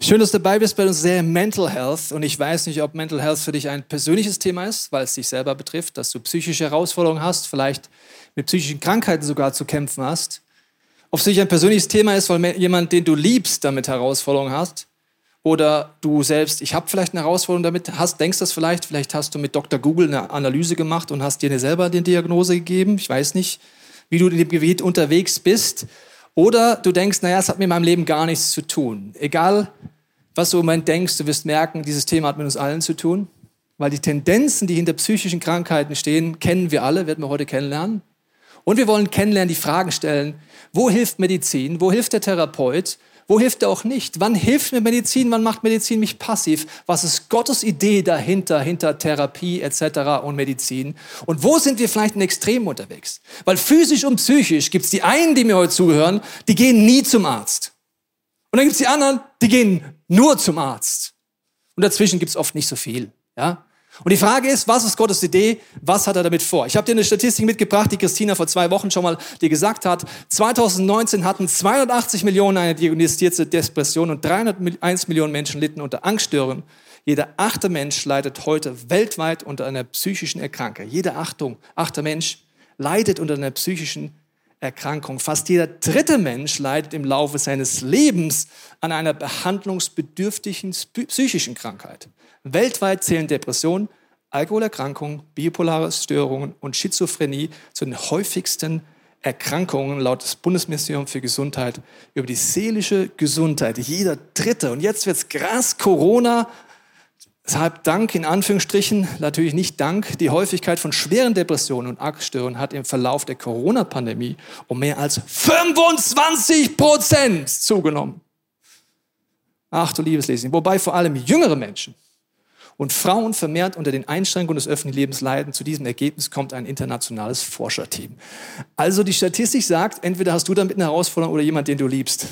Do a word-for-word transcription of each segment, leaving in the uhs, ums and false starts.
Schön, dass du dabei bist bei uns sehr Mental Health. Und ich weiß nicht, ob Mental Health für dich ein persönliches Thema ist, weil es dich selber betrifft, dass du psychische Herausforderungen hast, vielleicht mit psychischen Krankheiten sogar zu kämpfen hast. Ob es für dich ein persönliches Thema ist, weil jemand, den du liebst, damit Herausforderungen hast. Oder du selbst, ich habe vielleicht eine Herausforderung damit, hast, denkst das vielleicht, vielleicht hast du mit Doktor Google eine Analyse gemacht und hast dir selber die Diagnose gegeben. Ich weiß nicht, wie du in dem Gebiet unterwegs bist. Oder du denkst, naja, es hat mit meinem Leben gar nichts zu tun. Egal, was du im Moment denkst, du wirst merken, dieses Thema hat mit uns allen zu tun. Weil die Tendenzen, die hinter psychischen Krankheiten stehen, kennen wir alle, werden wir heute kennenlernen. Und wir wollen kennenlernen, die Fragen stellen, wo hilft Medizin, wo hilft der Therapeut, wo hilft er auch nicht? Wann hilft mir Medizin, wann macht Medizin mich passiv? Was ist Gottes Idee dahinter, hinter Therapie et cetera und Medizin? Und wo sind wir vielleicht in Extremen unterwegs? Weil physisch und psychisch gibt es die einen, die mir heute zuhören, die gehen nie zum Arzt. Und dann gibt es die anderen, die gehen nur zum Arzt. Und dazwischen gibt es oft nicht so viel. Ja? Und die Frage ist, was ist Gottes Idee? Was hat er damit vor? Ich habe dir eine Statistik mitgebracht, die Christina vor zwei Wochen schon mal dir gesagt hat. zwanzig neunzehn hatten zweihundertachtzig Millionen eine diagnostizierte Depression und dreihunderteins Millionen Menschen litten unter Angststörungen. Jeder achte Mensch leidet heute weltweit unter einer psychischen Erkrankung. Jeder Achtung, achte Mensch leidet unter einer psychischen Erkrankung. Fast jeder dritte Mensch leidet im Laufe seines Lebens an einer behandlungsbedürftigen psychischen Krankheit. Weltweit zählen Depressionen, Alkoholerkrankungen, bipolare Störungen und Schizophrenie zu den häufigsten Erkrankungen laut des Bundesministeriums für Gesundheit über die seelische Gesundheit. Jeder Dritte. Und jetzt wird's krass, Corona. Deshalb Dank, in Anführungsstrichen, natürlich nicht Dank. Die Häufigkeit von schweren Depressionen und Angststörungen hat im Verlauf der Corona-Pandemie um mehr als fünfundzwanzig Prozent zugenommen. Ach du liebes Lesen. Wobei vor allem jüngere Menschen und Frauen vermehrt unter den Einschränkungen des öffentlichen Lebens leiden. Zu diesem Ergebnis kommt ein internationales Forscherteam. Also die Statistik sagt, entweder hast du damit eine Herausforderung oder jemand, den du liebst.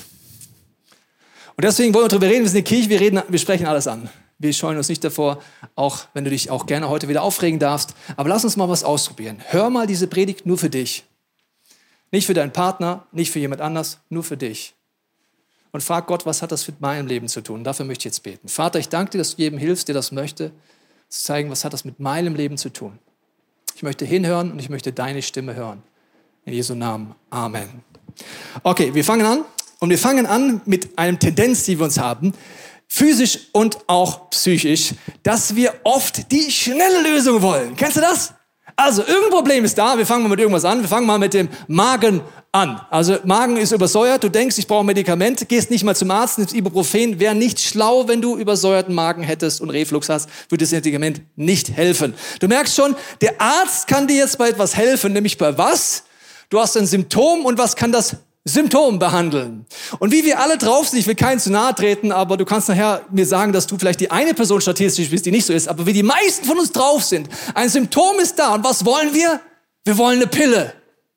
Und deswegen wollen wir darüber reden. Wir sind in der Kirche, wir, reden, wir sprechen alles an. Wir scheuen uns nicht davor, auch wenn du dich auch gerne heute wieder aufregen darfst. Aber lass uns mal was ausprobieren. Hör mal diese Predigt nur für dich. Nicht für deinen Partner, nicht für jemand anders, nur für dich. Und frag Gott, was hat das mit meinem Leben zu tun? Dafür möchte ich jetzt beten. Vater, ich danke dir, dass du jedem hilfst, der das möchte, zu zeigen, was hat das mit meinem Leben zu tun. Ich möchte hinhören und ich möchte deine Stimme hören. In Jesu Namen. Amen. Okay, wir fangen an. Und wir fangen an mit einer Tendenz, die wir uns haben, physisch und auch psychisch, dass wir oft die schnelle Lösung wollen. Kennst du das? Also, irgendein Problem ist da. Wir fangen mal mit irgendwas an. Wir fangen mal mit dem Magen an. Also, Magen ist übersäuert. Du denkst, ich brauche ein Medikament. Gehst nicht mal zum Arzt, nimmst Ibuprofen. Wäre nicht schlau, wenn du übersäuerten Magen hättest und Reflux hast, würde das Medikament nicht helfen. Du merkst schon, der Arzt kann dir jetzt bei etwas helfen. Nämlich bei was? Du hast ein Symptom und was kann das Symptom behandeln. Und wie wir alle drauf sind, ich will keinen zu nahe treten, aber du kannst nachher mir sagen, dass du vielleicht die eine Person statistisch bist, die nicht so ist, aber wie die meisten von uns drauf sind. Ein Symptom ist da und was wollen wir? Wir wollen eine Pille.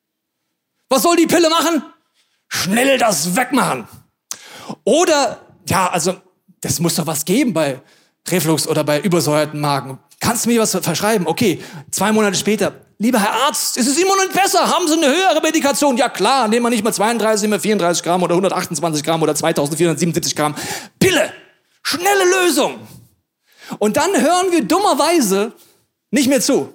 Was soll die Pille machen? Schnell das wegmachen. Oder, ja, also, das muss doch was geben bei Reflux oder bei übersäuerten Magen. Kannst du mir was verschreiben? Okay, zwei Monate später. Lieber Herr Arzt, es ist immer noch nicht besser. Haben Sie eine höhere Medikation? Ja klar, nehmen wir nicht mal zweiunddreißig, nehmen wir vierunddreißig Gramm oder hundertachtundzwanzig Gramm oder zweitausendvierhundertsiebenundsiebzig Gramm. Pille, schnelle Lösung. Und dann hören wir dummerweise nicht mehr zu.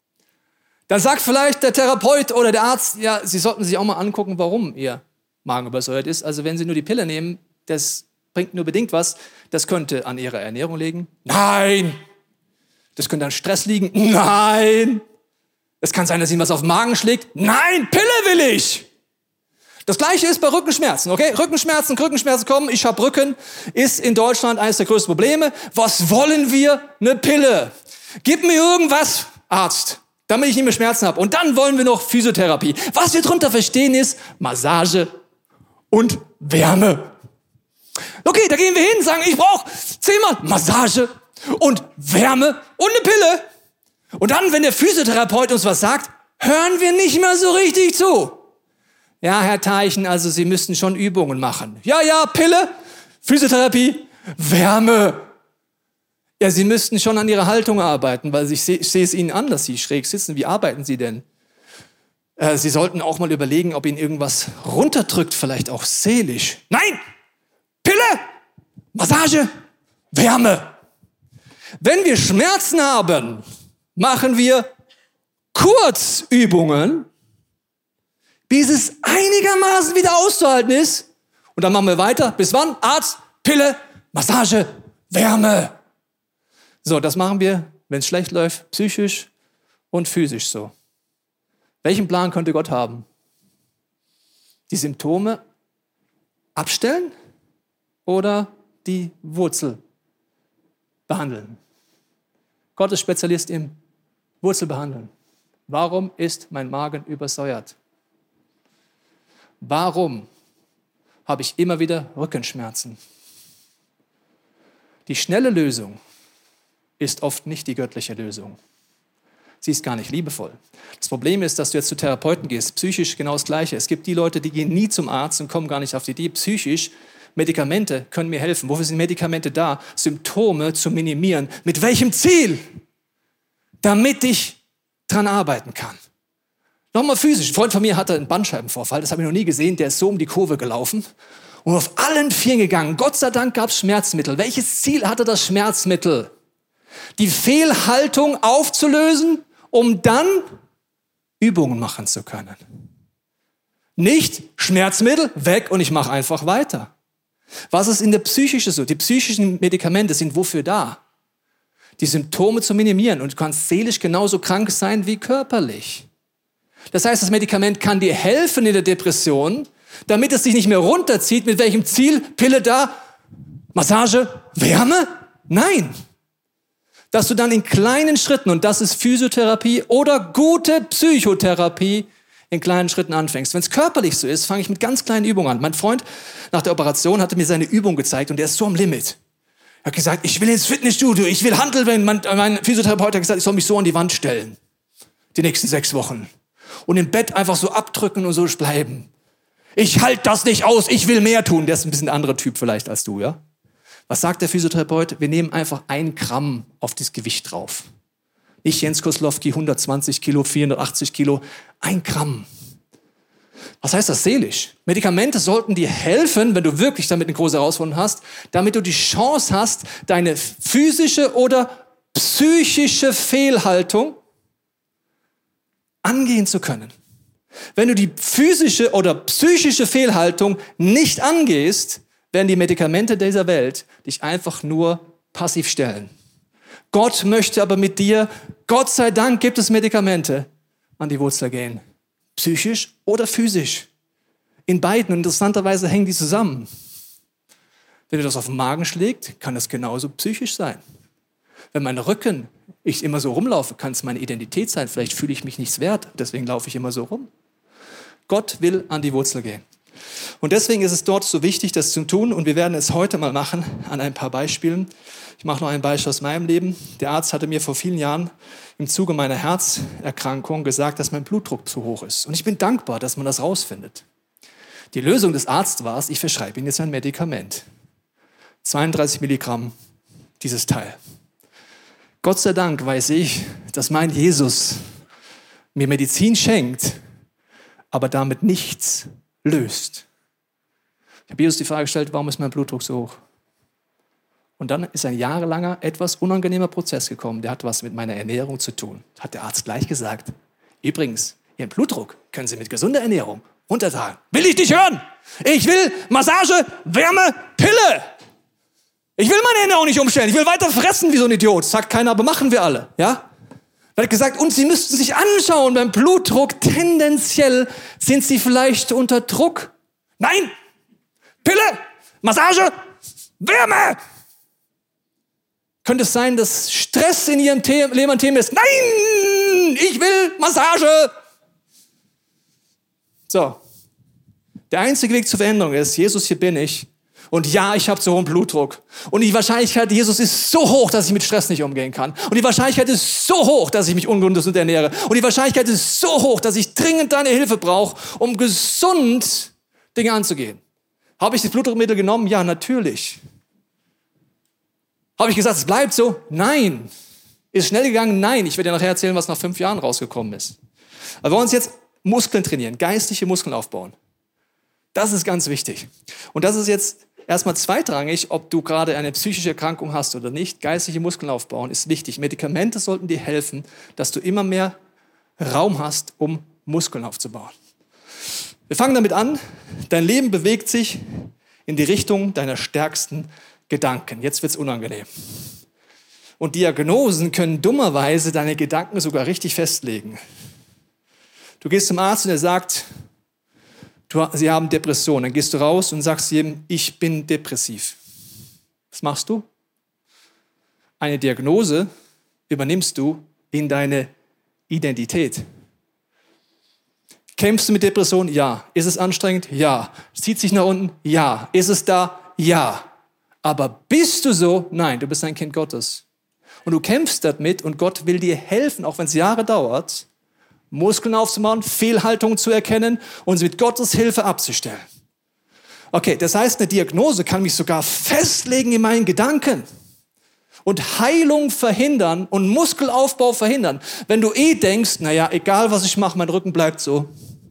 Dann sagt vielleicht der Therapeut oder der Arzt, ja, Sie sollten sich auch mal angucken, warum Ihr Magen übersäuert ist. Also wenn Sie nur die Pille nehmen, das bringt nur bedingt was. Das könnte an Ihrer Ernährung liegen. Nein. Das könnte an Stress liegen. Nein. Es kann sein, dass Ihnen was auf den Magen schlägt. Nein, Pille will ich. Das Gleiche ist bei Rückenschmerzen, okay? Rückenschmerzen, Rückenschmerzen kommen. Ich habe Rücken, ist in Deutschland eines der größten Probleme. Was wollen wir? Eine Pille. Gib mir irgendwas, Arzt, damit ich nicht mehr Schmerzen habe. Und dann wollen wir noch Physiotherapie. Was wir darunter verstehen ist Massage und Wärme. Okay, da gehen wir hin und sagen, ich brauche zehnmal Massage und Wärme und eine Pille. Und dann, wenn der Physiotherapeut uns was sagt, hören wir nicht mehr so richtig zu. Ja, Herr Teichen, also Sie müssten schon Übungen machen. Ja, ja, Pille, Physiotherapie, Wärme. Ja, Sie müssten schon an Ihrer Haltung arbeiten, weil ich sehe, ich sehe es Ihnen an, dass Sie schräg sitzen. Wie arbeiten Sie denn? Äh, Sie sollten auch mal überlegen, ob Ihnen irgendwas runterdrückt, vielleicht auch seelisch. Nein! Pille! Massage, Wärme. Wenn wir Schmerzen haben, machen wir Kurzübungen, bis es einigermaßen wieder auszuhalten ist. Und dann machen wir weiter. Bis wann? Arzt, Pille, Massage, Wärme. So, das machen wir, wenn es schlecht läuft, psychisch und physisch so. Welchen Plan könnte Gott haben? Die Symptome abstellen oder die Wurzel behandeln? Gott ist Spezialist im Wurzelbehandeln. Warum ist mein Magen übersäuert? Warum habe ich immer wieder Rückenschmerzen? Die schnelle Lösung ist oft nicht die göttliche Lösung. Sie ist gar nicht liebevoll. Das Problem ist, dass du jetzt zu Therapeuten gehst. Psychisch genau das Gleiche. Es gibt die Leute, die gehen nie zum Arzt und kommen gar nicht auf die Idee. Psychisch, Medikamente können mir helfen. Wofür sind Medikamente da? Symptome zu minimieren. Mit welchem Ziel? Damit ich dran arbeiten kann. Nochmal physisch. Ein Freund von mir hatte einen Bandscheibenvorfall. Das habe ich noch nie gesehen. Der ist so um die Kurve gelaufen und auf allen Vieren gegangen. Gott sei Dank gab es Schmerzmittel. Welches Ziel hatte das Schmerzmittel? Die Fehlhaltung aufzulösen, um dann Übungen machen zu können. Nicht Schmerzmittel, weg und ich mache einfach weiter. Was ist in der Psyche so? Die psychischen Medikamente sind wofür da? Die Symptome zu minimieren. Und du kannst seelisch genauso krank sein wie körperlich. Das heißt, das Medikament kann dir helfen in der Depression, damit es dich nicht mehr runterzieht. Mit welchem Ziel? Pille da, Massage, Wärme? Nein. Dass du dann in kleinen Schritten, und das ist Physiotherapie oder gute Psychotherapie, in kleinen Schritten anfängst. Wenn es körperlich so ist, fange ich mit ganz kleinen Übungen an. Mein Freund nach der Operation hatte mir seine Übung gezeigt und der ist so am Limit. Er hat gesagt, ich will ins Fitnessstudio, ich will Hanteln. Mein, mein Physiotherapeut hat gesagt, ich soll mich so an die Wand stellen. Die nächsten sechs Wochen. Und im Bett einfach so abdrücken und so bleiben. Ich halte das nicht aus, ich will mehr tun. Der ist ein bisschen ein anderer Typ vielleicht als du, ja? Was sagt der Physiotherapeut? Wir nehmen einfach ein Gramm auf das Gewicht drauf. Nicht Jens Koslowski, hundertzwanzig Kilo, vierhundertachtzig Kilo, ein Gramm. Was heißt das seelisch? Medikamente sollten dir helfen, wenn du wirklich damit eine große Herausforderung hast, damit du die Chance hast, deine physische oder psychische Fehlhaltung angehen zu können. Wenn du die physische oder psychische Fehlhaltung nicht angehst, werden die Medikamente dieser Welt dich einfach nur passiv stellen. Gott möchte aber mit dir, Gott sei Dank gibt es Medikamente, an die Wurzel gehen. Psychisch oder physisch. In beiden, und interessanterweise hängen die zusammen. Wenn dir das auf den Magen schlägt, kann das genauso psychisch sein. Wenn mein Rücken, ich immer so rumlaufe, kann es meine Identität sein. Vielleicht fühle ich mich nichts wert, deswegen laufe ich immer so rum. Gott will an die Wurzel gehen. Und deswegen ist es dort so wichtig, das zu tun. Und wir werden es heute mal machen an ein paar Beispielen. Ich mache noch ein Beispiel aus meinem Leben. Der Arzt hatte mir vor vielen Jahren im Zuge meiner Herzerkrankung gesagt, dass mein Blutdruck zu hoch ist. Und ich bin dankbar, dass man das rausfindet. Die Lösung des Arztes war es, ich verschreibe Ihnen jetzt ein Medikament. zweiunddreißig Milligramm, dieses Teil. Gott sei Dank weiß ich, dass mein Jesus mir Medizin schenkt, aber damit nichts löst. Ich habe Jesus die Frage gestellt, warum ist mein Blutdruck so hoch? Und dann ist ein jahrelanger, etwas unangenehmer Prozess gekommen. Der hat was mit meiner Ernährung zu tun. Hat der Arzt gleich gesagt. Übrigens, Ihren Blutdruck können Sie mit gesunder Ernährung runtertragen. Will ich nicht hören! Ich will Massage, Wärme, Pille! Ich will meine Ernährung nicht umstellen. Ich will weiter fressen wie so ein Idiot. Sagt keiner, aber machen wir alle. Ja? Er hat gesagt, und Sie müssten sich anschauen, beim Blutdruck tendenziell sind Sie vielleicht unter Druck. Nein! Pille, Massage, Wärme! Könnte es sein, dass Stress in Ihrem The- Leben ein Thema ist? Nein! Ich will Massage! So. Der einzige Weg zur Veränderung ist, Jesus, hier bin ich. Und ja, ich habe zu hohen Blutdruck. Und die Wahrscheinlichkeit, Jesus ist so hoch, dass ich mit Stress nicht umgehen kann. Und die Wahrscheinlichkeit ist so hoch, dass ich mich ungesund ernähre. Und die Wahrscheinlichkeit ist so hoch, dass ich dringend deine Hilfe brauche, um gesund Dinge anzugehen. Habe ich das Blutdruckmittel genommen? Ja, natürlich. Habe ich gesagt, es bleibt so? Nein. Ist schnell gegangen? Nein. Ich werde dir nachher erzählen, was nach fünf Jahren rausgekommen ist. Aber wir wollen uns jetzt Muskeln trainieren, geistliche Muskeln aufbauen. Das ist ganz wichtig. Und das ist jetzt erstmal zweitrangig, ob du gerade eine psychische Erkrankung hast oder nicht. Geistliche Muskeln aufbauen ist wichtig. Medikamente sollten dir helfen, dass du immer mehr Raum hast, um Muskeln aufzubauen. Wir fangen damit an. Dein Leben bewegt sich in die Richtung deiner stärksten Gedanken. Jetzt wird es unangenehm. Und Diagnosen können dummerweise deine Gedanken sogar richtig festlegen. Du gehst zum Arzt und er sagt, du, sie haben Depression. Dann gehst du raus und sagst jedem, ich bin depressiv. Was machst du? Eine Diagnose übernimmst du in deine Identität. Kämpfst du mit Depression? Ja. Ist es anstrengend? Ja. Zieht sich nach unten? Ja. Ist es da? Ja. Aber bist du so? Nein, du bist ein Kind Gottes. Und du kämpfst damit und Gott will dir helfen, auch wenn es Jahre dauert, Muskeln aufzubauen, Fehlhaltungen zu erkennen und sie mit Gottes Hilfe abzustellen. Okay, das heißt, eine Diagnose kann mich sogar festlegen in meinen Gedanken und Heilung verhindern und Muskelaufbau verhindern. Wenn du eh denkst, naja, egal was ich mache, mein Rücken bleibt so,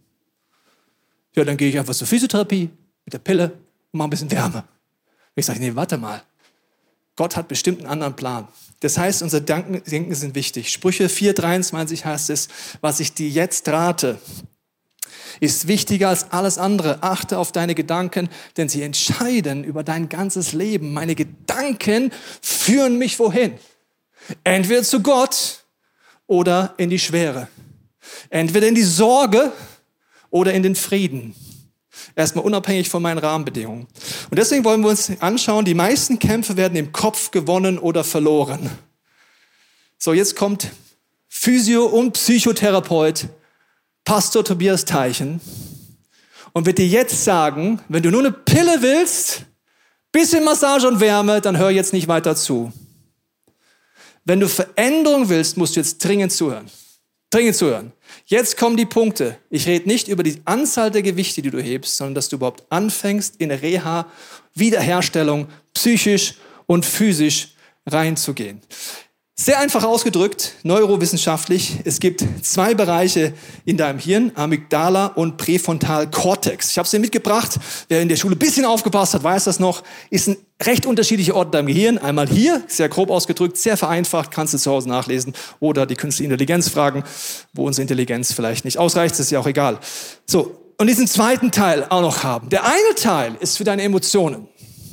ja, dann gehe ich einfach zur Physiotherapie mit der Pille und mache ein bisschen Wärme. Ich sage, nee, warte mal. Gott hat bestimmt einen anderen Plan. Das heißt, unsere Denken sind wichtig. Sprüche vier dreiundzwanzig heißt es, was ich dir jetzt rate, ist wichtiger als alles andere. Achte auf deine Gedanken, denn sie entscheiden über dein ganzes Leben. Meine Gedanken führen mich wohin? Entweder zu Gott oder in die Schwere. Entweder in die Sorge oder in den Frieden. Erstmal unabhängig von meinen Rahmenbedingungen. Und deswegen wollen wir uns anschauen, die meisten Kämpfe werden im Kopf gewonnen oder verloren. So, jetzt kommt Physio- und Psychotherapeut Pastor Tobias Teichen und wird dir jetzt sagen, wenn du nur eine Pille willst, bisschen Massage und Wärme, dann hör jetzt nicht weiter zu. Wenn du Veränderung willst, musst du jetzt dringend zuhören. Dringend zuhören. Jetzt kommen die Punkte. Ich rede nicht über die Anzahl der Gewichte, die du hebst, sondern dass du überhaupt anfängst, in Reha, Wiederherstellung, psychisch und physisch reinzugehen. Sehr einfach ausgedrückt, neurowissenschaftlich, es gibt zwei Bereiche in deinem Hirn, Amygdala und Präfrontalkortex. Ich habe es dir mitgebracht, wer in der Schule ein bisschen aufgepasst hat, weiß das noch, ist ein recht unterschiedlicher Ort in deinem Gehirn. Einmal hier, sehr grob ausgedrückt, sehr vereinfacht, kannst du zu Hause nachlesen oder die künstliche Intelligenz fragen, wo unsere Intelligenz vielleicht nicht ausreicht, das ist ja auch egal. So, und diesen zweiten Teil auch noch haben. Der eine Teil ist für deine Emotionen.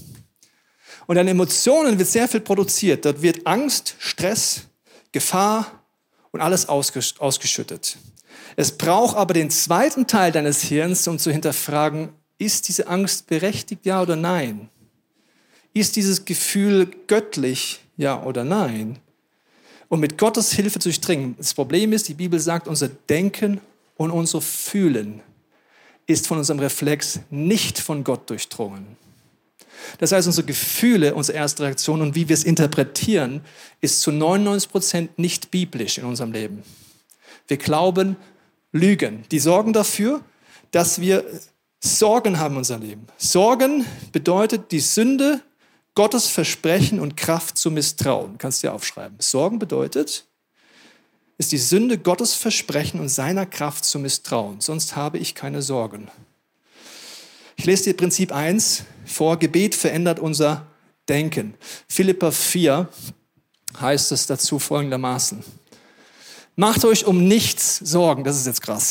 Und an Emotionen wird sehr viel produziert. Dort wird Angst, Stress, Gefahr und alles ausgesch- ausgeschüttet. Es braucht aber den zweiten Teil deines Hirns, um zu hinterfragen, ist diese Angst berechtigt, ja oder nein? Ist dieses Gefühl göttlich, ja oder nein? Und mit Gottes Hilfe zu durchdringen. Das Problem ist, die Bibel sagt, unser Denken und unser Fühlen ist von unserem Reflex nicht von Gott durchdrungen. Das heißt, unsere Gefühle, unsere erste Reaktion und wie wir es interpretieren, ist zu neunundneunzig Prozent nicht biblisch in unserem Leben. Wir glauben Lügen. Die sorgen dafür, dass wir Sorgen haben in unserem Leben. Sorgen bedeutet die Sünde, Gottes Versprechen und Kraft zu misstrauen. Kannst du dir aufschreiben. Sorgen bedeutet, ist die Sünde, Gottes Versprechen und seiner Kraft zu misstrauen. Sonst habe ich keine Sorgen. Ich lese dir Prinzip eins vor. Gebet verändert unser Denken. Philipper vier heißt es dazu folgendermaßen. Macht euch um nichts Sorgen. Das ist jetzt krass.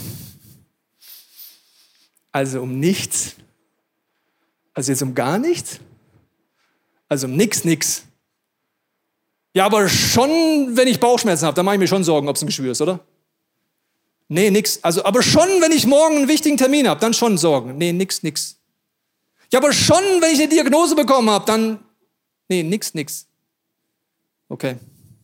Also um nichts. Also jetzt um gar nichts. Also um nix, nix. Ja, aber schon, wenn ich Bauchschmerzen habe, dann mache ich mir schon Sorgen, ob es ein Geschwür ist, oder? Nee, nix. Also, aber schon, wenn ich morgen einen wichtigen Termin habe, dann schon Sorgen. Nee, nix, nix. Ja, aber schon, wenn ich eine Diagnose bekommen habe, dann... Nee, nix, nix. Okay.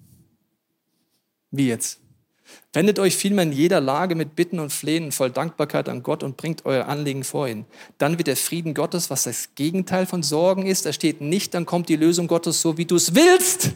Wie jetzt? Wendet euch vielmehr in jeder Lage mit Bitten und Flehen voll Dankbarkeit an Gott und bringt euer Anliegen vor ihn. Dann wird der Frieden Gottes, was das Gegenteil von Sorgen ist, da steht nicht, dann kommt die Lösung Gottes so, wie du es willst.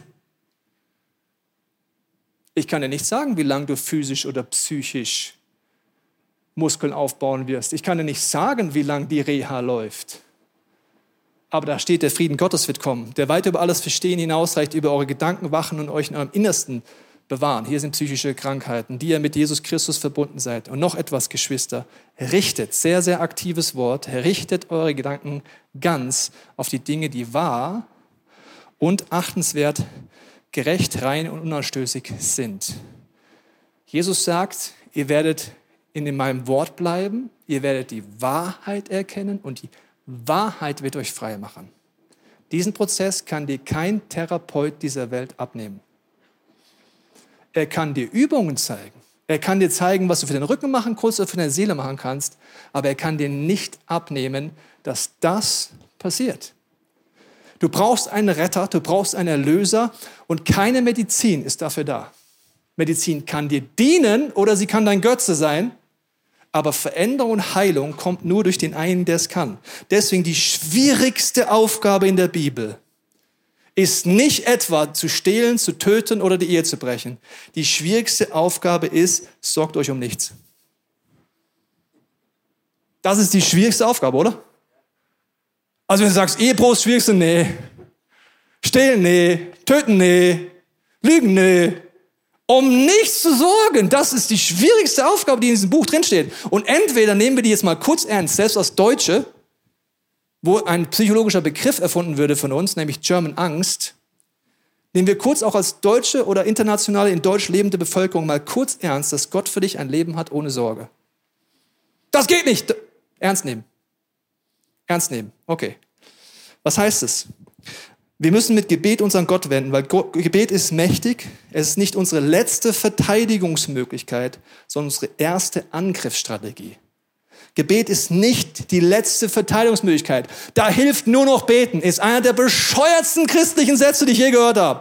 Ich kann dir nicht sagen, wie lange du physisch oder psychisch Muskeln aufbauen wirst. Ich kann dir nicht sagen, wie lange die Reha läuft. Aber da steht, der Frieden Gottes wird kommen, der weit über alles Verstehen hinausreicht, über eure Gedanken wachen und euch in eurem Innersten bewahren. Hier sind psychische Krankheiten, die ihr mit Jesus Christus verbunden seid. Und noch etwas, Geschwister, richtet, sehr, sehr aktives Wort, richtet eure Gedanken ganz auf die Dinge, die wahr und achtenswert, gerecht, rein und unanstößig sind. Jesus sagt, ihr werdet in meinem Wort bleiben, ihr werdet die Wahrheit erkennen und die Wahrheit wird euch frei machen. Diesen Prozess kann dir kein Therapeut dieser Welt abnehmen. Er kann dir Übungen zeigen. Er kann dir zeigen, was du für den Rücken machen kannst oder für deine Seele machen kannst. Aber er kann dir nicht abnehmen, dass das passiert. Du brauchst einen Retter, du brauchst einen Erlöser und keine Medizin ist dafür da. Medizin kann dir dienen oder sie kann dein Götze sein. Aber Veränderung und Heilung kommt nur durch den einen, der es kann. Deswegen die schwierigste Aufgabe in der Bibel ist nicht etwa zu stehlen, zu töten oder die Ehe zu brechen. Die schwierigste Aufgabe ist, sorgt euch um nichts. Das ist die schwierigste Aufgabe, oder? Also wenn du sagst, Ehebruch ist das Schwierigste, nee. Stehlen, nee. Töten, nee. Lügen, nee. Um nichts zu sorgen, das ist die schwierigste Aufgabe, die in diesem Buch drinsteht. Und entweder nehmen wir die jetzt mal kurz ernst, selbst als Deutsche, wo ein psychologischer Begriff erfunden würde von uns, nämlich German Angst, nehmen wir kurz auch als deutsche oder internationale in Deutsch lebende Bevölkerung mal kurz ernst, dass Gott für dich ein Leben hat ohne Sorge. Das geht nicht. Ernst nehmen. Ernst nehmen. Okay. Was heißt es? Wir müssen mit Gebet uns an Gott wenden, weil Gebet ist mächtig. Es ist nicht unsere letzte Verteidigungsmöglichkeit, sondern unsere erste Angriffsstrategie. Gebet ist nicht die letzte Verteidigungsmöglichkeit. Da hilft nur noch beten. Ist einer der bescheuertsten christlichen Sätze, die ich je gehört habe.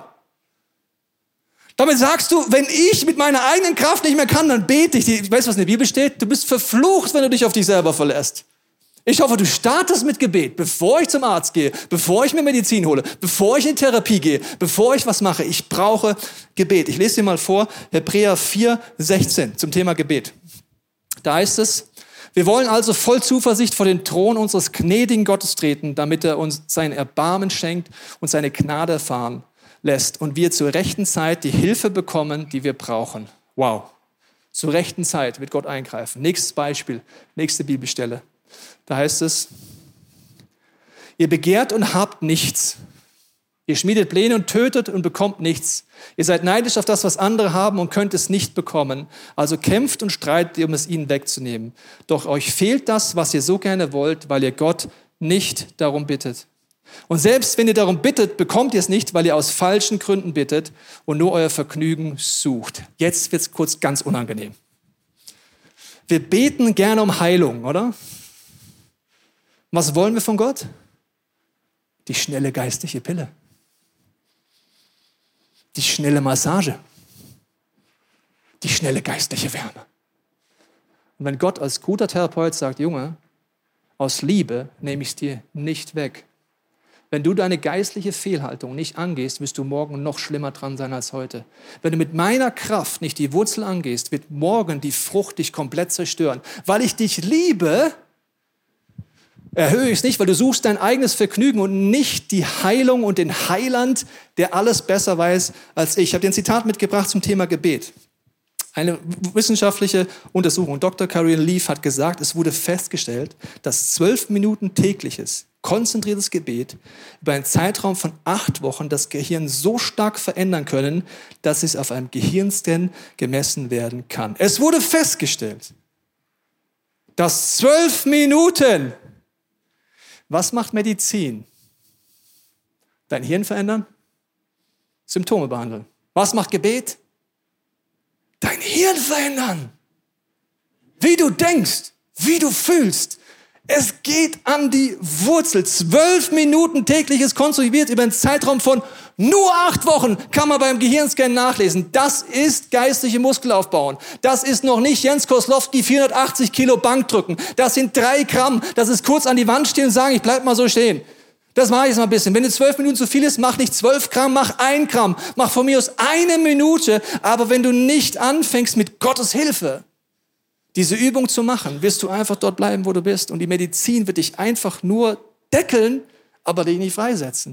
Damit sagst du, wenn ich mit meiner eigenen Kraft nicht mehr kann, dann bete ich. Ich weiß, was in der Bibel steht. Du bist verflucht, wenn du dich auf dich selber verlässt. Ich hoffe, du startest mit Gebet, bevor ich zum Arzt gehe, bevor ich mir Medizin hole, bevor ich in Therapie gehe, bevor ich was mache. Ich brauche Gebet. Ich lese dir mal vor, Hebräer vier, sechzehn zum Thema Gebet. Da heißt es, wir wollen also voll Zuversicht vor den Thron unseres gnädigen Gottes treten, damit er uns sein Erbarmen schenkt und seine Gnade erfahren lässt und wir zur rechten Zeit die Hilfe bekommen, die wir brauchen. Wow. Zur rechten Zeit wird Gott eingreifen. Nächstes Beispiel, nächste Bibelstelle. Da heißt es, ihr begehrt und habt nichts. Ihr schmiedet Pläne und tötet und bekommt nichts. Ihr seid neidisch auf das, was andere haben und könnt es nicht bekommen. Also kämpft und streitet, um es ihnen wegzunehmen. Doch euch fehlt das, was ihr so gerne wollt, weil ihr Gott nicht darum bittet. Und selbst wenn ihr darum bittet, bekommt ihr es nicht, weil ihr aus falschen Gründen bittet und nur euer Vergnügen sucht. Jetzt wird es kurz ganz unangenehm. Wir beten gerne um Heilung, oder? Was wollen wir von Gott? Die schnelle geistliche Pille. Die schnelle Massage. Die schnelle geistliche Wärme. Und wenn Gott als guter Therapeut sagt, Junge, aus Liebe nehme ich es dir nicht weg. Wenn du deine geistliche Fehlhaltung nicht angehst, wirst du morgen noch schlimmer dran sein als heute. Wenn du mit meiner Kraft nicht die Wurzel angehst, wird morgen die Frucht dich komplett zerstören. Weil ich dich liebe, erhöhe ich es nicht, weil du suchst dein eigenes Vergnügen und nicht die Heilung und den Heiland, der alles besser weiß als ich. Ich habe dir ein Zitat mitgebracht zum Thema Gebet. Eine wissenschaftliche Untersuchung, Doktor Karen Leaf hat gesagt, es wurde festgestellt, dass zwölf Minuten tägliches, konzentriertes Gebet über einen Zeitraum von acht Wochen das Gehirn so stark verändern können, dass es auf einem Gehirnscan gemessen werden kann. Es wurde festgestellt, dass zwölf Minuten. Was macht Medizin? Dein Hirn verändern? Symptome behandeln. Was macht Gebet? Dein Hirn verändern. Wie du denkst, wie du fühlst. Es geht an die Wurzel. Zwölf Minuten tägliches konstruiert über einen Zeitraum von nur acht Wochen kann man beim Gehirnscan nachlesen. Das ist geistliche Muskelaufbauen. Das ist noch nicht Jens Koslowski vierhundertachtzig Kilo Bankdrücken. Das sind drei Gramm. Das ist kurz an die Wand stehen und sagen, ich bleib mal so stehen. Das mache ich jetzt mal ein bisschen. Wenn dir zwölf Minuten zu viel ist, mach nicht zwölf Gramm, mach ein Gramm. Mach von mir aus eine Minute. Aber wenn du nicht anfängst mit Gottes Hilfe, diese Übung zu machen, wirst du einfach dort bleiben, wo du bist. Und die Medizin wird dich einfach nur deckeln, aber dich nicht freisetzen.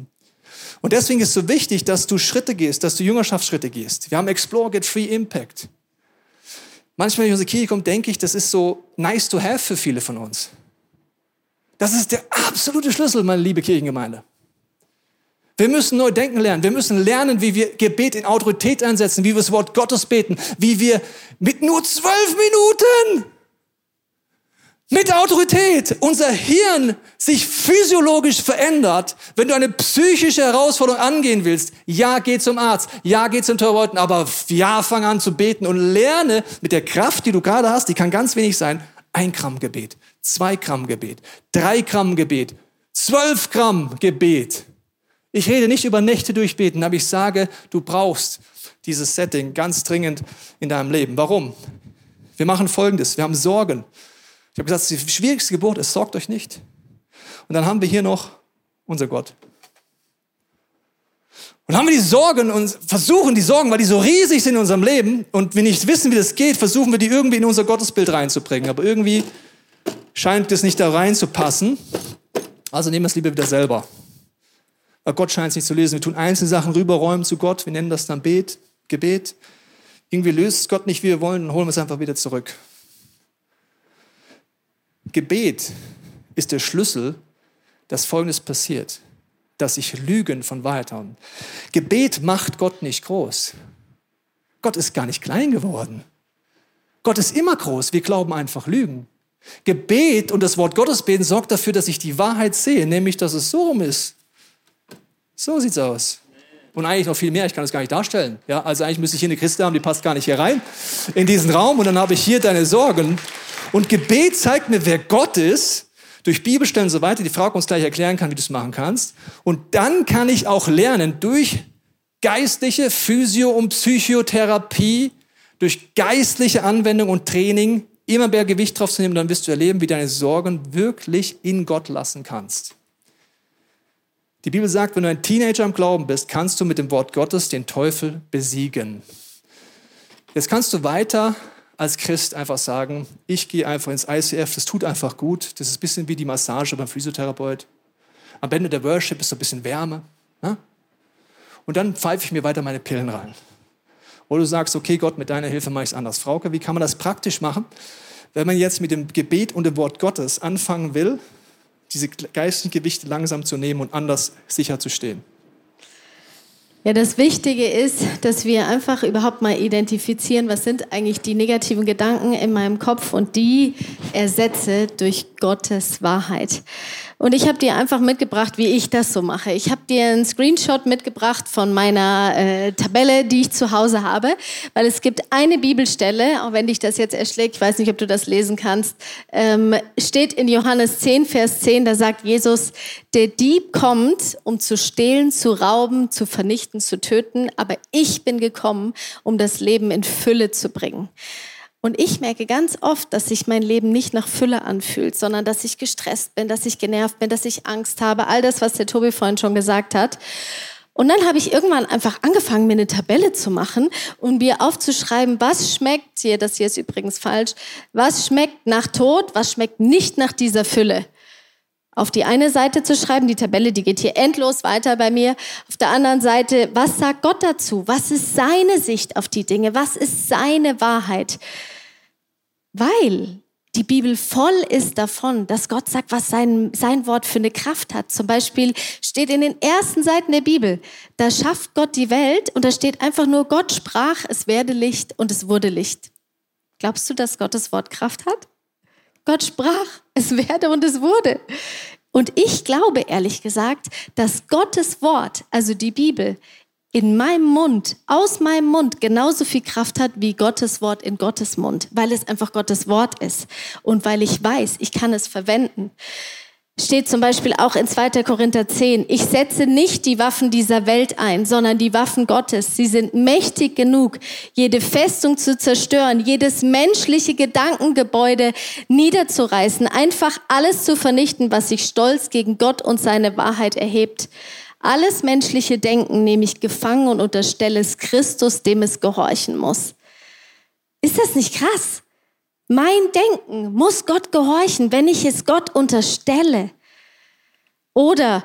Und deswegen ist es so wichtig, dass du Schritte gehst, dass du Jüngerschaftsschritte gehst. Wir haben Explore, Get Free, Impact. Manchmal, wenn ich in unsere Kirche komme, denke ich, das ist so nice to have für viele von uns. Das ist der absolute Schlüssel, meine liebe Kirchengemeinde. Wir müssen neu denken lernen. Wir müssen lernen, wie wir Gebet in Autorität einsetzen, wie wir das Wort Gottes beten, wie wir mit nur zwölf Minuten mit Autorität unser Hirn sich physiologisch verändert. Wenn du eine psychische Herausforderung angehen willst, ja, geh zum Arzt, ja, geh zum Therapeuten, aber ja, fang an zu beten und lerne mit der Kraft, die du gerade hast, die kann ganz wenig sein, ein Gramm Gebet, zwei Gramm Gebet, drei Gramm Gebet, zwölf Gramm Gebet. Ich rede nicht über Nächte durchbeten, aber ich sage, du brauchst dieses Setting ganz dringend in deinem Leben. Warum? Wir machen Folgendes, wir haben Sorgen. Ich habe gesagt, die schwierigste Geburt ist, sorgt euch nicht. Und dann haben wir hier noch unser Gott. Und dann haben wir die Sorgen und versuchen die Sorgen, weil die so riesig sind in unserem Leben und wir nicht wissen, wie das geht, versuchen wir die irgendwie in unser Gottesbild reinzubringen. Aber irgendwie scheint es nicht da reinzupassen. Also nehmen wir es lieber wieder selber. Weil Gott scheint es nicht zu lesen. Wir tun einzelne Sachen rüberräumen zu Gott. Wir nennen das dann Bet, Gebet. Irgendwie löst es Gott nicht, wie wir wollen, dann holen wir es einfach wieder zurück. Gebet ist der Schlüssel, dass Folgendes passiert, dass sich Lügen von Wahrheit haben. Gebet macht Gott nicht groß. Gott ist gar nicht klein geworden. Gott ist immer groß. Wir glauben einfach Lügen. Gebet und das Wort Gottes beten sorgt dafür, dass ich die Wahrheit sehe, nämlich, dass es so rum ist. So sieht's aus. Und eigentlich noch viel mehr, ich kann das gar nicht darstellen. Ja, also eigentlich müsste ich hier eine Christe haben, die passt gar nicht hier rein, in diesen Raum. Und dann habe ich hier deine Sorgen. Und Gebet zeigt mir, wer Gott ist, durch Bibelstellen und so weiter, die Frau uns gleich erklären kann, wie du es machen kannst. Und dann kann ich auch lernen, durch geistliche Physio- und Psychotherapie, durch geistliche Anwendung und Training, immer mehr Gewicht drauf zu nehmen, dann wirst du erleben, wie deine Sorgen wirklich in Gott lassen kannst. Die Bibel sagt, wenn du ein Teenager im Glauben bist, kannst du mit dem Wort Gottes den Teufel besiegen. Jetzt kannst du weiter als Christ einfach sagen, ich gehe einfach ins I C F, das tut einfach gut. Das ist ein bisschen wie die Massage beim Physiotherapeut. Am Ende der Worship ist so ein bisschen Wärme. Ne? Und dann pfeife ich mir weiter meine Pillen rein. Oder du sagst, okay Gott, mit deiner Hilfe mache ich es anders. Frauke, wie kann man das praktisch machen, wenn man jetzt mit dem Gebet und dem Wort Gottes anfangen will, diese geistigen Gewichte langsam zu nehmen und anders sicher zu stehen? Ja, das Wichtige ist, dass wir einfach überhaupt mal identifizieren, was sind eigentlich die negativen Gedanken in meinem Kopf und die ersetze durch Gottes Wahrheit. Und ich habe dir einfach mitgebracht, wie ich das so mache. Ich habe dir einen Screenshot mitgebracht von meiner äh, Tabelle, die ich zu Hause habe, weil es gibt eine Bibelstelle, auch wenn dich das jetzt erschlägt, ich weiß nicht, ob du das lesen kannst, ähm, steht in Johannes zehn, Vers zehn, da sagt Jesus, der Dieb kommt, um zu stehlen, zu rauben, zu vernichten, zu töten, aber ich bin gekommen, um das Leben in Fülle zu bringen. Und ich merke ganz oft, dass sich mein Leben nicht nach Fülle anfühlt, sondern dass ich gestresst bin, dass ich genervt bin, dass ich Angst habe. All das, was der Tobi vorhin schon gesagt hat. Und dann habe ich irgendwann einfach angefangen, mir eine Tabelle zu machen und mir aufzuschreiben, was schmeckt, hier, das hier ist übrigens falsch, was schmeckt nach Tod, was schmeckt nicht nach dieser Fülle. Auf die eine Seite zu schreiben, die Tabelle, die geht hier endlos weiter bei mir. Auf der anderen Seite, was sagt Gott dazu? Was ist seine Sicht auf die Dinge? Was ist seine Wahrheit? Weil die Bibel voll ist davon, dass Gott sagt, was sein, sein Wort für eine Kraft hat. Zum Beispiel steht in den ersten Seiten der Bibel, da schafft Gott die Welt und da steht einfach nur, Gott sprach, es werde Licht und es wurde Licht. Glaubst du, dass Gottes Wort Kraft hat? Gott sprach, es werde und es wurde. Und ich glaube, ehrlich gesagt, dass Gottes Wort, also die Bibel, in meinem Mund, aus meinem Mund genauso viel Kraft hat wie Gottes Wort in Gottes Mund, weil es einfach Gottes Wort ist und weil ich weiß, ich kann es verwenden. Steht zum Beispiel auch in zweiter Korinther zehn, ich setze nicht die Waffen dieser Welt ein, sondern die Waffen Gottes. Sie sind mächtig genug, jede Festung zu zerstören, jedes menschliche Gedankengebäude niederzureißen, einfach alles zu vernichten, was sich stolz gegen Gott und seine Wahrheit erhebt. Alles menschliche Denken nehme ich gefangen und unterstelle es Christus, dem es gehorchen muss. Ist das nicht krass? Mein Denken muss Gott gehorchen, wenn ich es Gott unterstelle. Oder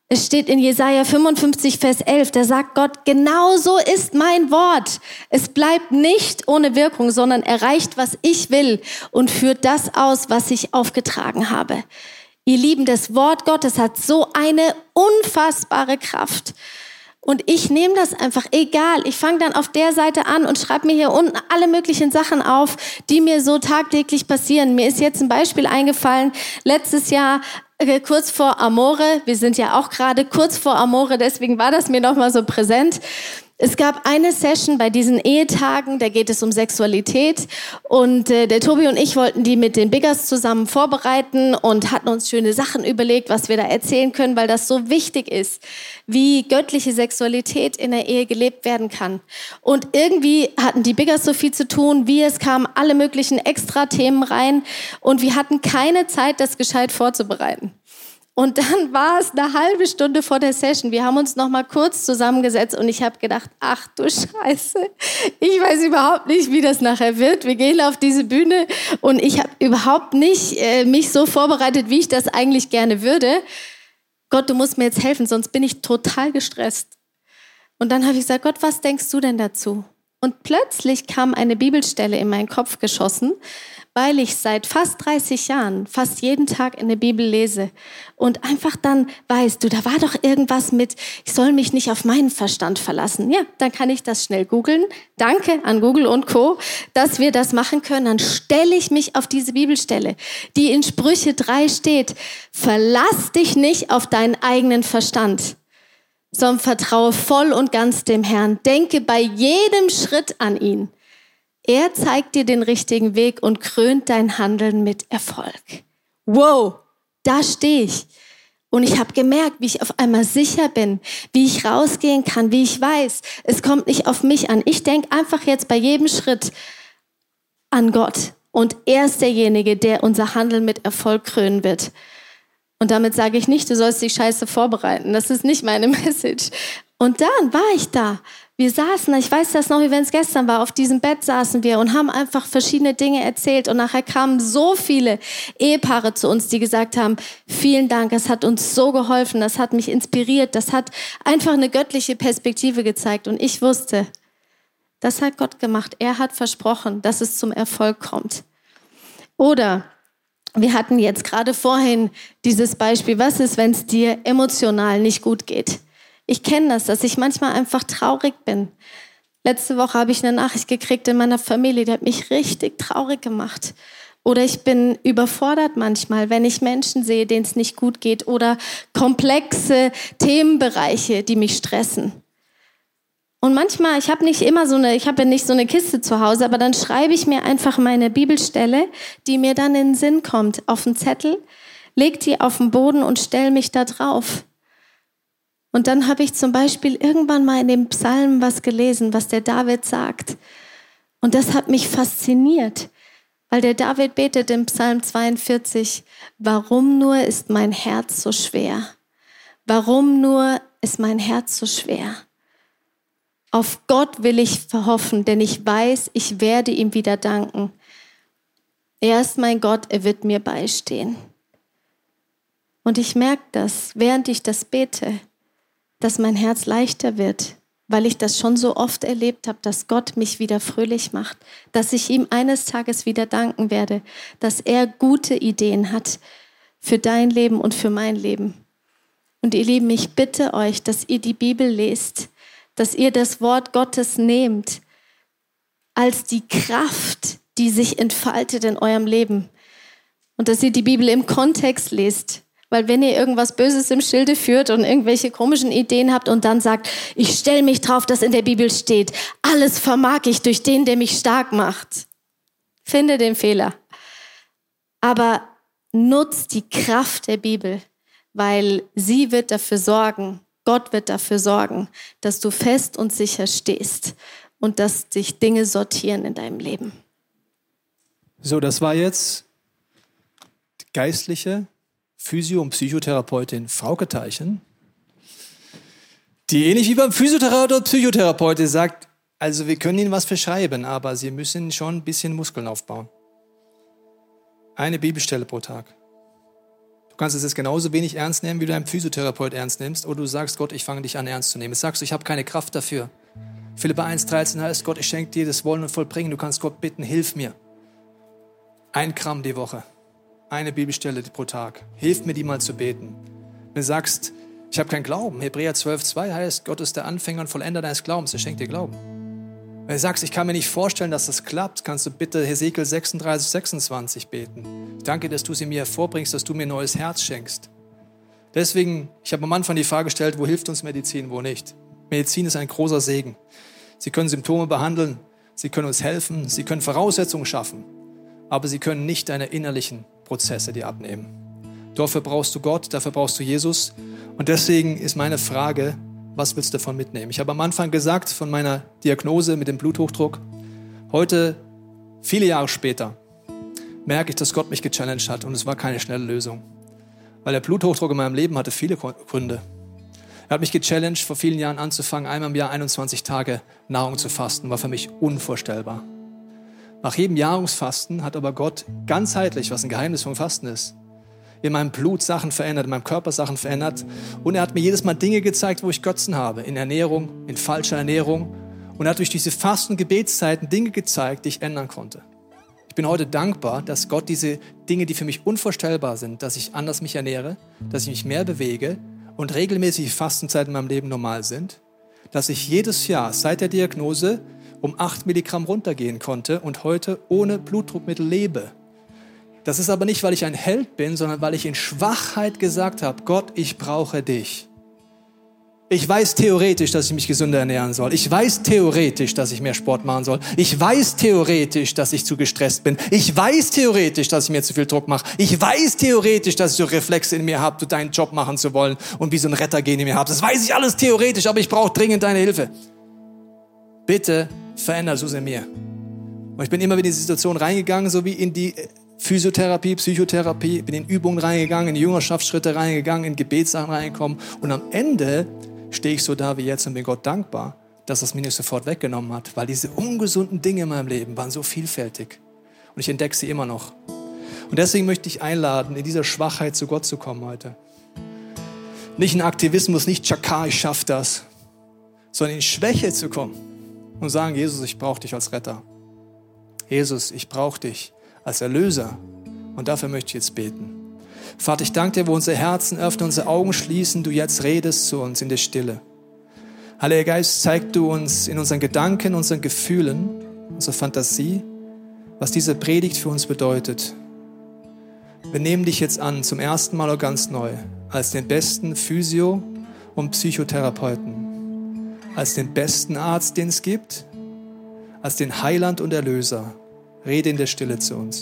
Es steht in Jesaja fünfundfünfzig, Vers elf, da sagt Gott, genau so ist mein Wort. Es bleibt nicht ohne Wirkung, sondern erreicht, was ich will und führt das aus, was ich aufgetragen habe. Ihr Lieben, das Wort Gottes hat so eine unfassbare Kraft. Und ich nehme das einfach, egal, ich fange dann auf der Seite an und schreibe mir hier unten alle möglichen Sachen auf, die mir so tagtäglich passieren. Mir ist jetzt ein Beispiel eingefallen, letztes Jahr äh, kurz vor Amore, wir sind ja auch gerade kurz vor Amore, deswegen war das mir nochmal so präsent. Es gab eine Session bei diesen Ehetagen, da geht es um Sexualität und äh, der Tobi und ich wollten die mit den Biggers zusammen vorbereiten und hatten uns schöne Sachen überlegt, was wir da erzählen können, weil das so wichtig ist, wie göttliche Sexualität in der Ehe gelebt werden kann. Und irgendwie hatten die Biggers so viel zu tun, wie es kamen alle möglichen Extra-Themen rein und wir hatten keine Zeit, das gescheit vorzubereiten. Und dann war es eine halbe Stunde vor der Session. Wir haben uns noch mal kurz zusammengesetzt und ich habe gedacht, ach du Scheiße, ich weiß überhaupt nicht, wie das nachher wird. Wir gehen auf diese Bühne und ich habe überhaupt nicht äh, mich so vorbereitet, wie ich das eigentlich gerne würde. Gott, du musst mir jetzt helfen, sonst bin ich total gestresst. Und dann habe ich gesagt, Gott, was denkst du denn dazu? Und plötzlich kam eine Bibelstelle in meinen Kopf geschossen, weil ich seit fast dreißig Jahren fast jeden Tag in der Bibel lese und einfach dann weiß, du, da war doch irgendwas mit, ich soll mich nicht auf meinen Verstand verlassen. Ja, dann kann ich das schnell googeln. Danke an Google und Co., dass wir das machen können. Dann stelle ich mich auf diese Bibelstelle, die in Sprüche drei steht. Verlass dich nicht auf deinen eigenen Verstand, sondern vertraue voll und ganz dem Herrn. Denke bei jedem Schritt an ihn. Er zeigt dir den richtigen Weg und krönt dein Handeln mit Erfolg. Wow, da stehe ich. Und ich habe gemerkt, wie ich auf einmal sicher bin, wie ich rausgehen kann, wie ich weiß, es kommt nicht auf mich an. Ich denke einfach jetzt bei jedem Schritt an Gott. Und er ist derjenige, der unser Handeln mit Erfolg krönen wird. Und damit sage ich nicht, du sollst dich scheiße vorbereiten. Das ist nicht meine Message. Und dann war ich da. Wir saßen, ich weiß das noch, wie wenn es gestern war, auf diesem Bett saßen wir und haben einfach verschiedene Dinge erzählt. Und nachher kamen so viele Ehepaare zu uns, die gesagt haben, vielen Dank, es hat uns so geholfen, das hat mich inspiriert, das hat einfach eine göttliche Perspektive gezeigt. Und ich wusste, das hat Gott gemacht. Er hat versprochen, dass es zum Erfolg kommt. Oder wir hatten jetzt gerade vorhin dieses Beispiel, was ist, wenn es dir emotional nicht gut geht? Ich kenne das, dass ich manchmal einfach traurig bin. Letzte Woche habe ich eine Nachricht gekriegt in meiner Familie, die hat mich richtig traurig gemacht. Oder ich bin überfordert manchmal, wenn ich Menschen sehe, denen es nicht gut geht. Oder komplexe Themenbereiche, die mich stressen. Und manchmal, ich habe nicht immer so eine, ich habe ja nicht so eine Kiste zu Hause, aber dann schreibe ich mir einfach meine Bibelstelle, die mir dann in den Sinn kommt, auf einen Zettel, leg die auf den Boden und stelle mich da drauf. Und dann habe ich zum Beispiel irgendwann mal in dem Psalm was gelesen, was der David sagt. Und das hat mich fasziniert, weil der David betet im Psalm zweiundvierzig, warum nur ist mein Herz so schwer? Warum nur ist mein Herz so schwer? Auf Gott will ich verhoffen, denn ich weiß, ich werde ihm wieder danken. Er ist mein Gott, er wird mir beistehen. Und ich merke das, während ich das bete, dass mein Herz leichter wird, weil ich das schon so oft erlebt habe, dass Gott mich wieder fröhlich macht, dass ich ihm eines Tages wieder danken werde, dass er gute Ideen hat für dein Leben und für mein Leben. Und ihr Lieben, ich bitte euch, dass ihr die Bibel lest, dass ihr das Wort Gottes nehmt als die Kraft, die sich entfaltet in eurem Leben. Und dass ihr die Bibel im Kontext lest. Weil wenn ihr irgendwas Böses im Schilde führt und irgendwelche komischen Ideen habt und dann sagt, ich stelle mich drauf, dass in der Bibel steht, alles vermag ich durch den, der mich stark macht. Finde den Fehler. Aber nutzt die Kraft der Bibel, weil sie wird dafür sorgen, Gott wird dafür sorgen, dass du fest und sicher stehst und dass sich Dinge sortieren in deinem Leben. So, das war jetzt die geistliche Physio- und Psychotherapeutin Frauke Teichen, die ähnlich wie beim Physiotherapeut oder Psychotherapeut sagt, also wir können Ihnen was verschreiben, aber Sie müssen schon ein bisschen Muskeln aufbauen. Eine Bibelstelle pro Tag. Du kannst es jetzt genauso wenig ernst nehmen, wie du deinen Physiotherapeut ernst nimmst. Oder du sagst, Gott, ich fange dich an ernst zu nehmen. Jetzt sagst du, ich habe keine Kraft dafür. Philipper eins dreizehn heißt, Gott, ich schenke dir das Wollen und Vollbringen. Du kannst Gott bitten, hilf mir. Ein Gramm die Woche. Eine Bibelstelle pro Tag. Hilf mir, die mal zu beten. Wenn du sagst, ich habe keinen Glauben. Hebräer zwölf zwei heißt, Gott ist der Anfänger und Vollender deines Glaubens. Er schenkt dir Glauben. Wenn du sagst, ich kann mir nicht vorstellen, dass das klappt, kannst du bitte Hesekiel sechsunddreißig sechsundzwanzig beten. Ich danke, dass du sie mir hervorbringst, dass du mir ein neues Herz schenkst. Deswegen, ich habe am Anfang die Frage gestellt, wo hilft uns Medizin, wo nicht? Medizin ist ein großer Segen. Sie können Symptome behandeln, sie können uns helfen, sie können Voraussetzungen schaffen, aber sie können nicht deine innerlichen Prozesse dir abnehmen. Dafür brauchst du Gott, dafür brauchst du Jesus. Und deswegen ist meine Frage, was willst du davon mitnehmen? Ich habe am Anfang gesagt, von meiner Diagnose mit dem Bluthochdruck, heute, viele Jahre später, merke ich, dass Gott mich gechallenged hat und es war keine schnelle Lösung. Weil der Bluthochdruck in meinem Leben hatte viele Gründe. Er hat mich gechallenged, vor vielen Jahren anzufangen, einmal im Jahr einundzwanzig Tage Nahrung zu fasten, war für mich unvorstellbar. Nach jedem Nahrungsfasten hat aber Gott ganzheitlich, was ein Geheimnis vom Fasten ist, in meinem Blut Sachen verändert, in meinem Körper Sachen verändert. Und er hat mir jedes Mal Dinge gezeigt, wo ich Götzen habe. In Ernährung, in falscher Ernährung. Und er hat durch diese Fasten- und Gebetszeiten Dinge gezeigt, die ich ändern konnte. Ich bin heute dankbar, dass Gott diese Dinge, die für mich unvorstellbar sind, dass ich anders mich ernähre, dass ich mich mehr bewege und regelmäßige Fastenzeiten in meinem Leben normal sind, dass ich jedes Jahr seit der Diagnose um acht Milligramm runtergehen konnte und heute ohne Blutdruckmittel lebe. Das ist aber nicht, weil ich ein Held bin, sondern weil ich in Schwachheit gesagt habe, Gott, ich brauche dich. Ich weiß theoretisch, dass ich mich gesünder ernähren soll. Ich weiß theoretisch, dass ich mehr Sport machen soll. Ich weiß theoretisch, dass ich zu gestresst bin. Ich weiß theoretisch, dass ich mir zu viel Druck mache. Ich weiß theoretisch, dass ich so Reflexe in mir habe, deinen Job machen zu wollen und wie so ein Rettergen in mir habe. Das weiß ich alles theoretisch, aber ich brauche dringend deine Hilfe. Bitte veränder du es in mir. Und ich bin immer wieder in die Situation reingegangen, so wie in die Physiotherapie, Psychotherapie, bin in Übungen reingegangen, in Jüngerschaftsschritte reingegangen, in Gebetssachen reingekommen. Und am Ende stehe ich so da wie jetzt und bin Gott dankbar, dass das mir nicht sofort weggenommen hat, weil diese ungesunden Dinge in meinem Leben waren so vielfältig. Und ich entdecke sie immer noch. Und deswegen möchte ich einladen, in dieser Schwachheit zu Gott zu kommen heute. Nicht in Aktivismus, nicht Chaka, ich schaffe das, sondern in Schwäche zu kommen und sagen, Jesus, ich brauche dich als Retter. Jesus, ich brauche dich als Erlöser. Und dafür möchte ich jetzt beten. Vater, ich danke dir, wo unsere Herzen öffnen, unsere Augen schließen, du jetzt redest zu uns in der Stille. Heiliger Geist, zeig du uns in unseren Gedanken, unseren Gefühlen, unserer Fantasie, was diese Predigt für uns bedeutet. Wir nehmen dich jetzt an, zum ersten Mal oder ganz neu, als den besten Physio- und Psychotherapeuten, als den besten Arzt, den es gibt, als den Heiland und Erlöser. Rede in der Stille zu uns.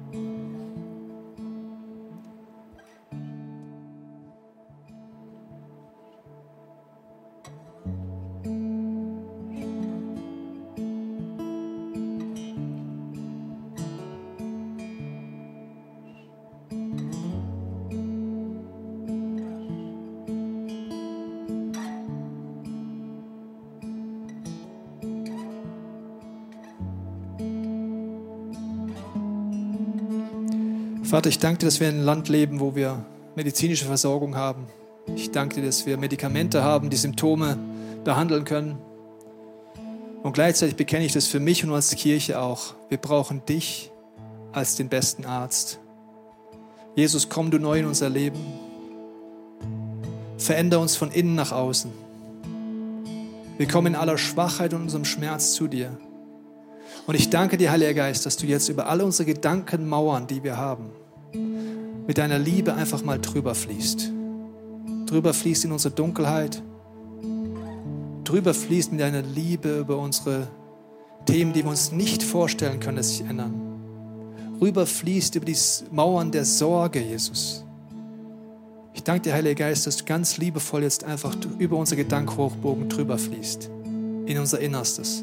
Vater, ich danke dir, dass wir in einem Land leben, wo wir medizinische Versorgung haben. Ich danke dir, dass wir Medikamente haben, die Symptome behandeln können. Und gleichzeitig bekenne ich das für mich und als Kirche auch. Wir brauchen dich als den besten Arzt. Jesus, komm du neu in unser Leben. Veränder uns von innen nach außen. Wir kommen in aller Schwachheit und unserem Schmerz zu dir. Und ich danke dir, Heiliger Geist, dass du jetzt über alle unsere Gedankenmauern, die wir haben, mit deiner Liebe einfach mal drüber fließt. Drüber fließt in unsere Dunkelheit. Drüber fließt mit deiner Liebe über unsere Themen, die wir uns nicht vorstellen können, dass sich ändern. Rüber fließt über die Mauern der Sorge, Jesus. Ich danke dir, Heiliger Geist, dass du ganz liebevoll jetzt einfach über unsere Gedankenhochbogen drüber fließt. In unser Innerstes.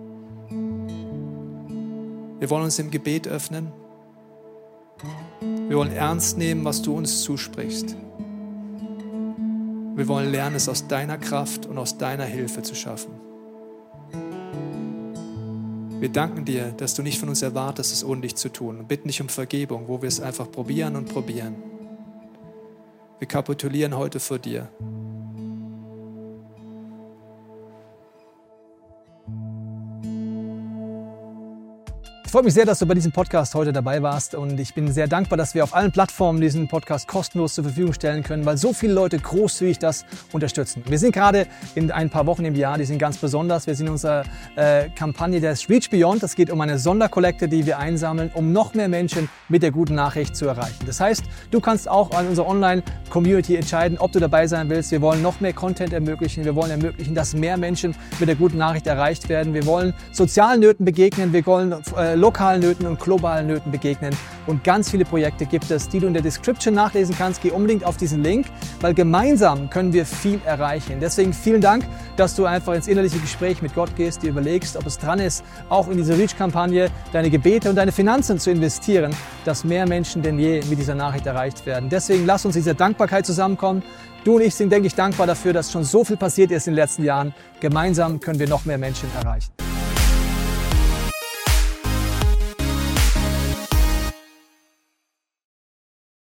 Wir wollen uns im Gebet öffnen. Wir wollen ernst nehmen, was du uns zusprichst. Wir wollen lernen, es aus deiner Kraft und aus deiner Hilfe zu schaffen. Wir danken dir, dass du nicht von uns erwartest, es ohne dich zu tun. Und bitten dich um Vergebung, wo wir es einfach probieren und probieren. Wir kapitulieren heute vor dir. Ich freue mich sehr, dass du bei diesem Podcast heute dabei warst und ich bin sehr dankbar, dass wir auf allen Plattformen diesen Podcast kostenlos zur Verfügung stellen können, weil so viele Leute großzügig das unterstützen. Wir sind gerade in ein paar Wochen im Jahr, die sind ganz besonders. Wir sind in unserer äh, Kampagne des Reach Beyond. Es geht um eine Sonderkollekte, die wir einsammeln, um noch mehr Menschen mit der guten Nachricht zu erreichen. Das heißt, du kannst auch an unserer Online-Community entscheiden, ob du dabei sein willst. Wir wollen noch mehr Content ermöglichen. Wir wollen ermöglichen, dass mehr Menschen mit der guten Nachricht erreicht werden. Wir wollen sozialen Nöten begegnen. Wir wollen äh, lokalen Nöten und globalen Nöten begegnen. Und ganz viele Projekte gibt es, die du in der Description nachlesen kannst. Geh unbedingt auf diesen Link, weil gemeinsam können wir viel erreichen. Deswegen vielen Dank, dass du einfach ins innerliche Gespräch mit Gott gehst, dir überlegst, ob es dran ist, auch in diese Reach-Kampagne deine Gebete und deine Finanzen zu investieren, dass mehr Menschen denn je mit dieser Nachricht erreicht werden. Deswegen lass uns diese Dankbarkeit zusammenkommen. Du und ich sind, denke ich, dankbar dafür, dass schon so viel passiert ist in den letzten Jahren. Gemeinsam können wir noch mehr Menschen erreichen.